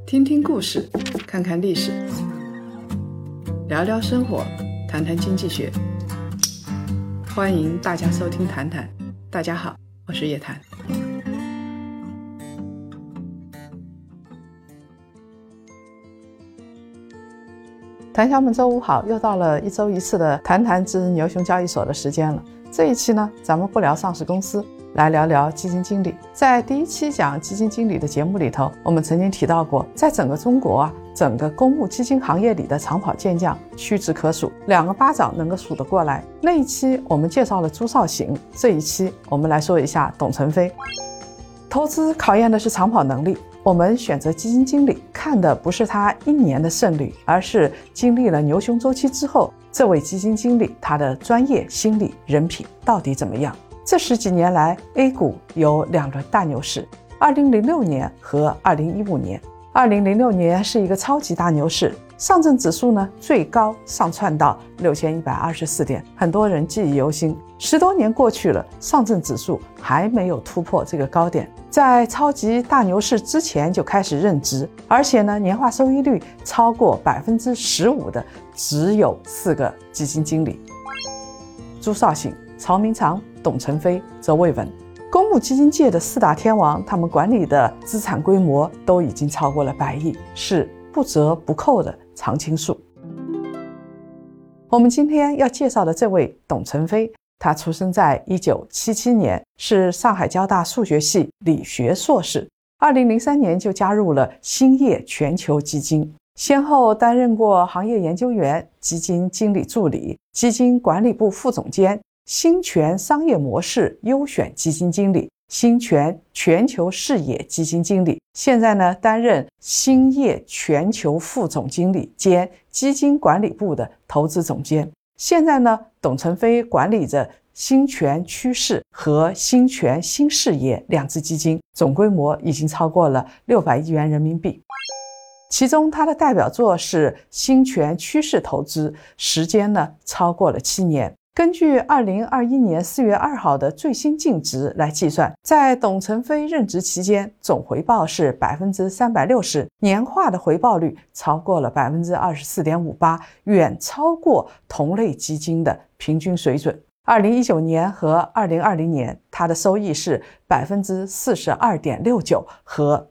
听听故事，看看历史，聊聊生活，谈谈经济学。欢迎大家收听谈谈。大家好，我是叶檀。谈侠们周五好，又到了一周一次的谈谈之牛熊交易所的时间了。这一期呢，咱们不聊上市公司，来聊聊基金经理。在第一期讲基金经理的节目里头，我们曾经提到过，在整个中国整个公募基金行业里的长跑健将屈指可数，2个巴掌能够数得过来。那一期我们介绍了朱少醒，这一期我们来说一下董存飞。投资考验的是长跑能力，我们选择基金经理看的不是他1年的胜率，而是经历了牛熊周期之后，这位基金经理他的专业、心理、人品到底怎么样。这10几年来 A 股有2轮大牛市，2006年和2015年。2006年是一个超级大牛市，上证指数呢最高上窜到6124点，很多人记忆犹新。10多年过去了，上证指数还没有突破这个高点，在超级大牛市之前就开始认值，而且呢年化收益率超过15%的只有4个基金经理：朱少醒、曹明常、董存飞、周卫文。公募基金界的4大天王，他们管理的资产规模都已经超过了100亿，是不折不扣的常青树。我们今天要介绍的这位董存飞，他出生在1977年，是上海交大数学系理学硕士。2003年就加入了兴业全球基金，先后担任过行业研究员、基金经理助理、基金管理部副总监、兴全商业模式优选基金经理、兴全全球视野基金经理，现在呢担任兴业全球副总经理兼基金管理部的投资总监。现在呢，董存飞管理着兴全趋势和兴全新视野2只基金，总规模已经超过了600亿元人民币。其中他的代表作是兴全趋势投资，时间呢超过了7年。根据2021年4月2号的最新净值来计算，在董存飞任职期间，总回报是360%，年化的回报率超过了24.58%，远超过同类基金的平均水准。2019年和2020年，他的收益是42.69%和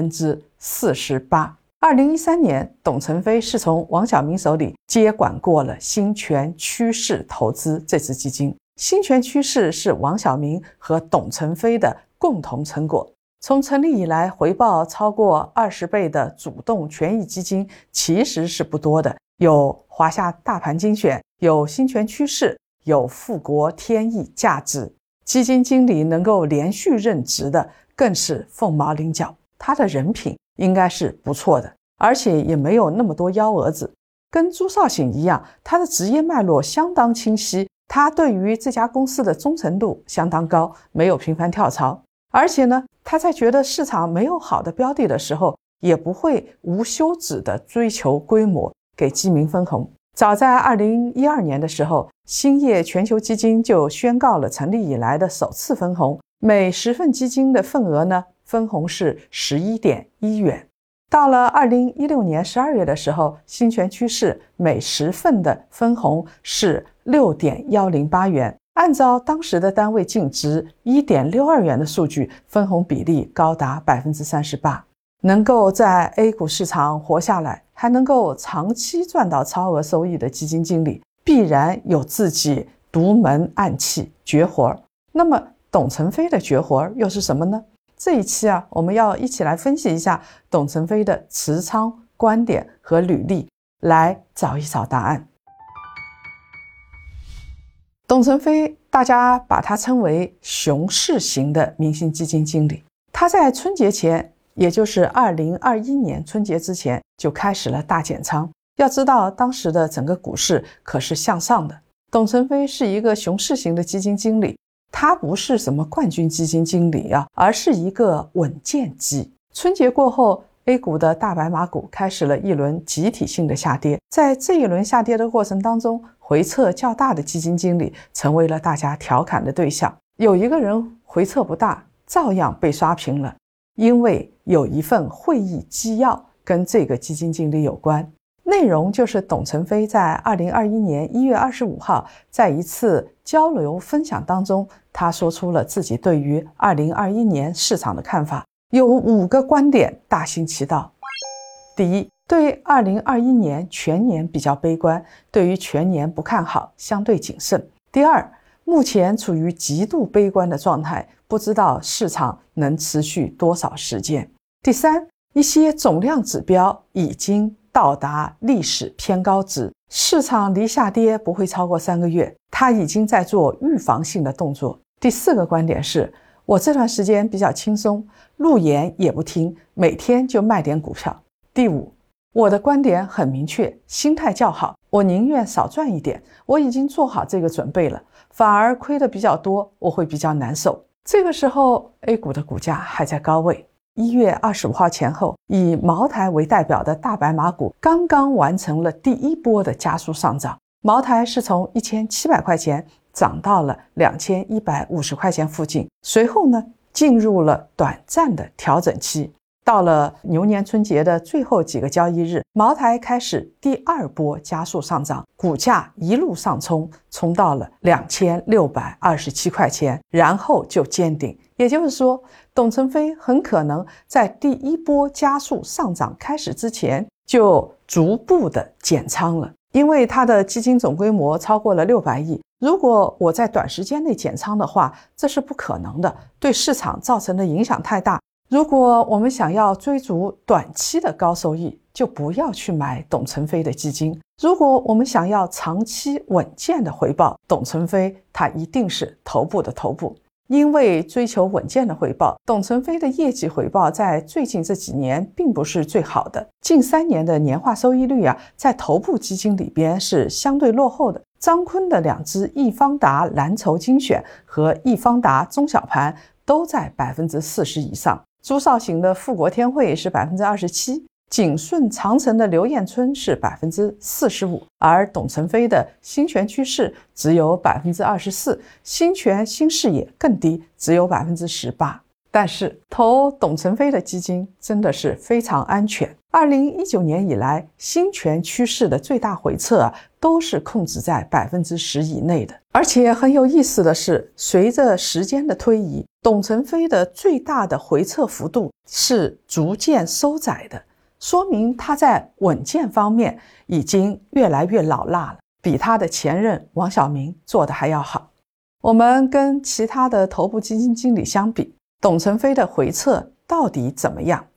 48%。2013年，董存飞是从王晓明手里接管过了兴全趋势投资这支基金。兴全趋势是王晓明和董存飞的共同成果。从成立以来，回报超过20倍的主动权益基金其实是不多的，有华夏大盘精选，有兴全趋势，有富国天益价值。基金经理能够连续任职的更是凤毛麟角，他的人品应该是不错的，而且也没有那么多幺蛾子。跟朱少醒一样，他的职业脉络相当清晰，他对于这家公司的忠诚度相当高，没有频繁跳槽。而且呢，他在觉得市场没有好的标的的时候，也不会无休止的追求规模，给基民分红。早在2012年的时候，兴业全球基金就宣告了成立以来的首次分红，每10份基金的份额呢，分红是11.1元。到了2016年12月的时候，兴全趋势每10份的分红是6.108元，按照当时的单位净值1.62元的数据，分红比例高达38%。能够在 A 股市场活下来，还能够长期赚到超额收益的基金经理，必然有自己独门暗器绝活。那么董存飞的绝活又是什么呢？这一期我们要一起来分析一下董存飞的持仓、观点和履历，来找一找答案。董存飞，大家把他称为熊市型的明星基金经理。他在春节前，也就是2021年春节之前就开始了大减仓。要知道当时的整个股市可是向上的。董存飞是一个熊市型的基金经理，他不是什么冠军基金经理而是一个稳健机。春节过后， A 股的大白马股开始了一轮集体性的下跌。在这一轮下跌的过程当中，回撤较大的基金经理成为了大家调侃的对象。有一个人回撤不大，照样被刷屏了，因为有一份会议纪要跟这个基金经理有关。内容就是董承飞在2021年1月25号在一次交流分享当中，他说出了自己对于2021年市场的看法，有5个观点大行其道。第一，对2021年全年比较悲观，对于全年不看好，相对谨慎。第二，目前处于极度悲观的状态，不知道市场能持续多少时间。第三，一些总量指标已经到达历史偏高值，市场离下跌不会超过3个月，他已经在做预防性的动作。第4个观点是，我这段时间比较轻松，路演也不听，每天就卖点股票。第5，我的观点很明确，心态较好，我宁愿少赚一点，我已经做好这个准备了，反而亏得比较多，我会比较难受。这个时候 A 股的股价还在高位。1月25号前后，以茅台为代表的大白马股刚刚完成了第一波的加速上涨，茅台是从1700块钱涨到了2150块钱附近，随后呢进入了短暂的调整期。到了牛年春节的最后几个交易日，茅台开始第2波加速上涨，股价一路上冲，冲到了2627块钱，然后就见顶。也就是说，董承飞很可能在第1波加速上涨开始之前就逐步的减仓了，因为他的基金总规模超过了600亿，如果我在短时间内减仓的话，这是不可能的，对市场造成的影响太大。如果我们想要追逐短期的高收益，就不要去买董承飞的基金。如果我们想要长期稳健的回报，董承飞他一定是头部的头部。因为追求稳健的回报，董承飞的业绩回报在最近这几年并不是最好的，近3年的年化收益率在头部基金里边是相对落后的。张坤的2只易方达蓝筹精选和易方达中小盘都在40%以上，朱少醒的富国天惠是27%，景顺长城的刘彦春是45%，而董承飞的新全趋势只有24%，新全新视野更低，只有18%。但是投董承飞的基金真的是非常安全。2019年以来，新全趋势的最大回撤都是控制在10%以内的。而且很有意思的是，随着时间的推移，董承飞的最大的回撤幅度是逐渐收窄的，说明他在稳健方面已经越来越老辣了，比他的前任王晓明做的还要好。我们跟其他的头部基金经理相比，董承飞的回撤到底怎么样？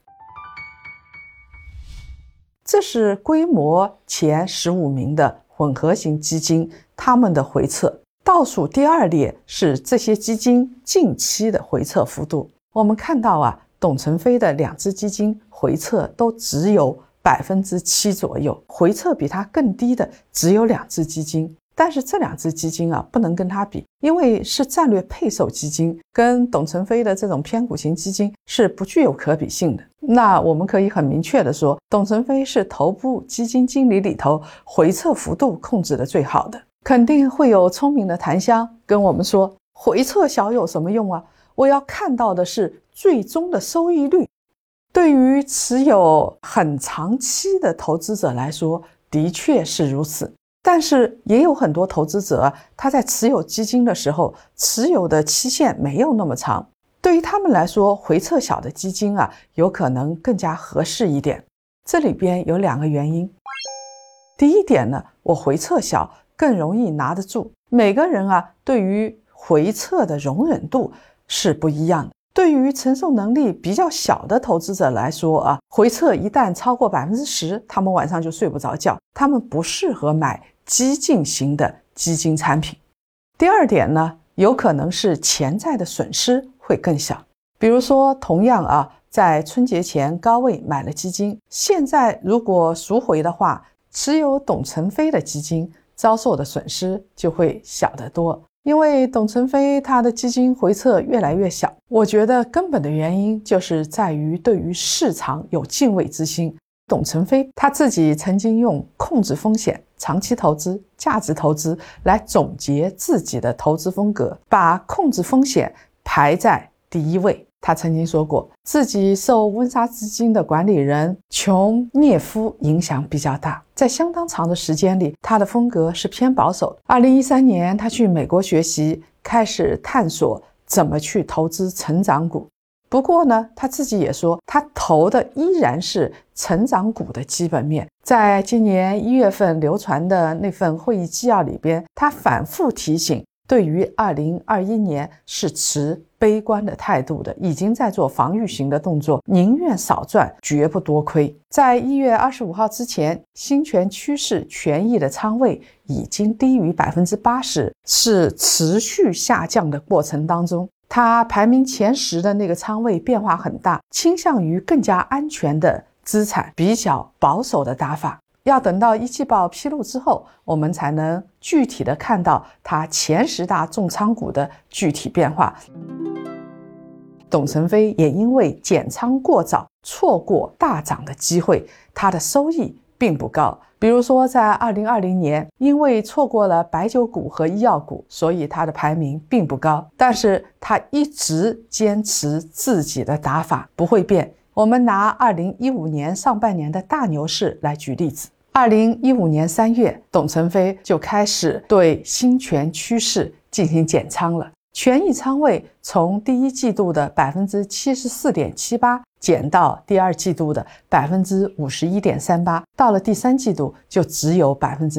这是规模前15名的混合型基金，他们的回撤。倒数第2列是这些基金近期的回撤幅度。我们看到董承飞的2只基金回撤都只有7%左右，回撤比它更低的只有2只基金。但是这2只基金不能跟它比，因为是战略配售基金，跟董承飞的这种偏股型基金是不具有可比性的。那我们可以很明确的说，董承飞是头部基金经理里头回撤幅度控制的最好的。肯定会有聪明的檀香跟我们说，回撤小有什么用啊？我要看到的是最终的收益率。对于持有很长期的投资者来说，的确是如此。但是也有很多投资者他在持有基金的时候，持有的期限没有那么长，对于他们来说，回撤小的基金有可能更加合适一点。这里边有2个原因。第一点呢，我回撤小更容易拿得住。每个人对于回撤的容忍度是不一样的。对于承受能力比较小的投资者来说回撤一旦超过10%，他们晚上就睡不着觉，他们不适合买激进型的基金产品。第2点呢，有可能是潜在的损失会更小。比如说同样在春节前高位买了基金，现在如果赎回的话，持有董承飞的基金遭受的损失就会小得多。因为董承飞他的基金回撤越来越小，我觉得根本的原因就是在于对于市场有敬畏之心。董承飞他自己曾经用控制风险、长期投资、价值投资来总结自己的投资风格，把控制风险排在第1位。 他曾经说过，自己受温莎基金的管理人琼涅夫影响比较大，在相当长的时间里，他的风格是偏保守的。2013年，他去美国学习，开始探索怎么去投资成长股。不过呢，他自己也说，他投的依然是成长股的基本面。在今年1月份流传的那份会议纪要里边，他反复提醒，对于2021年是持悲观的态度的，已经在做防御型的动作，宁愿少赚，绝不多亏。在1月25号之前，新权趋势权益的仓位已经低于 80%， 是持续下降的过程当中。他排名前10的那个仓位变化很大，倾向于更加安全的资产，比较保守的打法。要等到一季报披露之后，我们才能具体的看到他前10大重仓股的具体变化。董承非也因为减仓过早，错过大涨的机会，他的收益并不高。比如说在2020年，因为错过了白酒股和医药股，所以他的排名并不高。但是他一直坚持自己的打法，不会变。我们拿2015年上半年的大牛市来举例子。2015年3月，董承非就开始对新权趋势进行减仓了，权益仓位从第一季度的 74.78% 减到第二季度的 51.38%， 到了第三季度就只有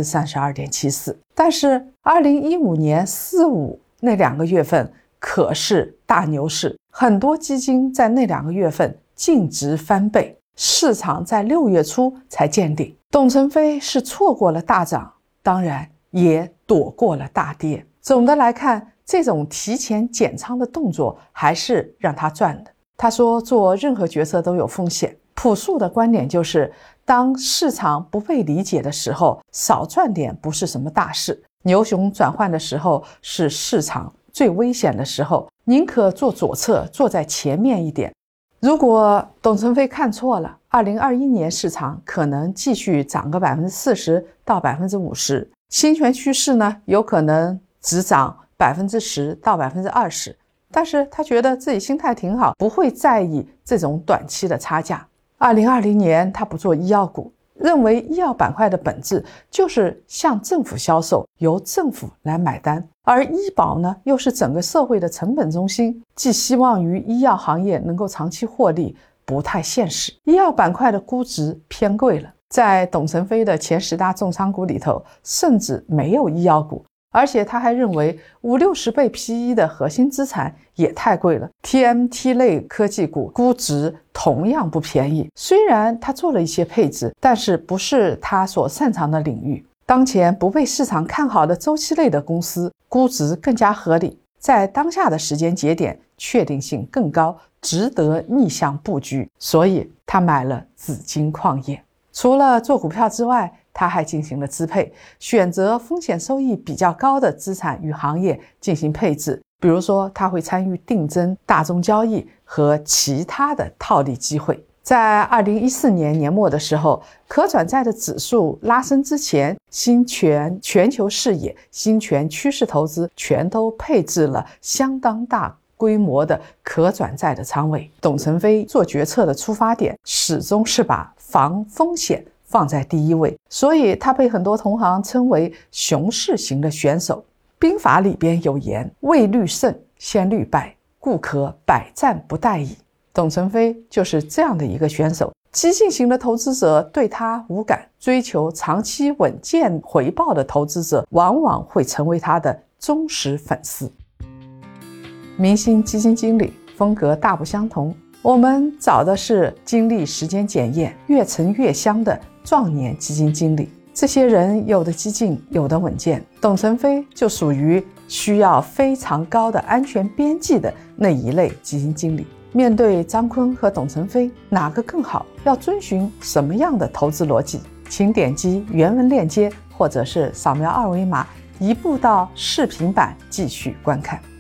32.74%。 但是2015年4、5那2个月份可是大牛市，很多基金在那2个月份净值翻倍，市场在6月初才见顶。董承非是错过了大涨，当然也躲过了大跌。总的来看，这种提前减仓的动作还是让他赚的。他说，做任何决策都有风险，朴素的观点就是，当市场不被理解的时候，少赚点不是什么大事。牛熊转换的时候是市场最危险的时候，宁可做左侧，坐在前面一点。如果董承非看错了，2021年市场可能继续涨个 40%到 50%， 新权趋势呢，有可能只涨 10% 到 20%， 但是他觉得自己心态挺好，不会在意这种短期的差价。2020年他不做医药股，认为医药板块的本质就是向政府销售，由政府来买单，而医保呢又是整个社会的成本中心，寄希望于医药行业能够长期获利不太现实。医药板块的估值偏贵了，在董承非的前10大重仓股里头甚至没有医药股，而且他还认为50-60倍 PE 的核心资产也太贵了， TMT 类科技股估值同样不便宜。虽然他做了一些配置，但是不是他所擅长的领域。当前不被市场看好的周期类的公司估值更加合理，在当下的时间节点确定性更高，值得逆向布局，所以他买了紫金矿业。除了做股票之外，他还进行了支配，选择风险收益比较高的资产与行业进行配置。比如说，他会参与定增、大宗交易和其他的套利机会。在2014年年末的时候，可转债的指数拉升之前，新权全球视野、新权趋势投资全都配置了相当大规模的可转债的仓位。董承非做决策的出发点始终是把防风险放在第一位，所以他被很多同行称为熊市型的选手。兵法里边有言，未虑胜先虑败，故可百战不殆矣。董承非就是这样的一个选手，激进型的投资者对他无感，追求长期稳健回报的投资者往往会成为他的忠实粉丝。明星基金经理风格大不相同，我们找的是经历时间检验、越陈越香的壮年基金经理。这些人有的激进，有的稳健，董承非就属于需要非常高的安全边际的那一类基金经理。面对张坤和董承非，哪个更好？要遵循什么样的投资逻辑？请点击原文链接，或者是扫描2维码移步到视频版继续观看。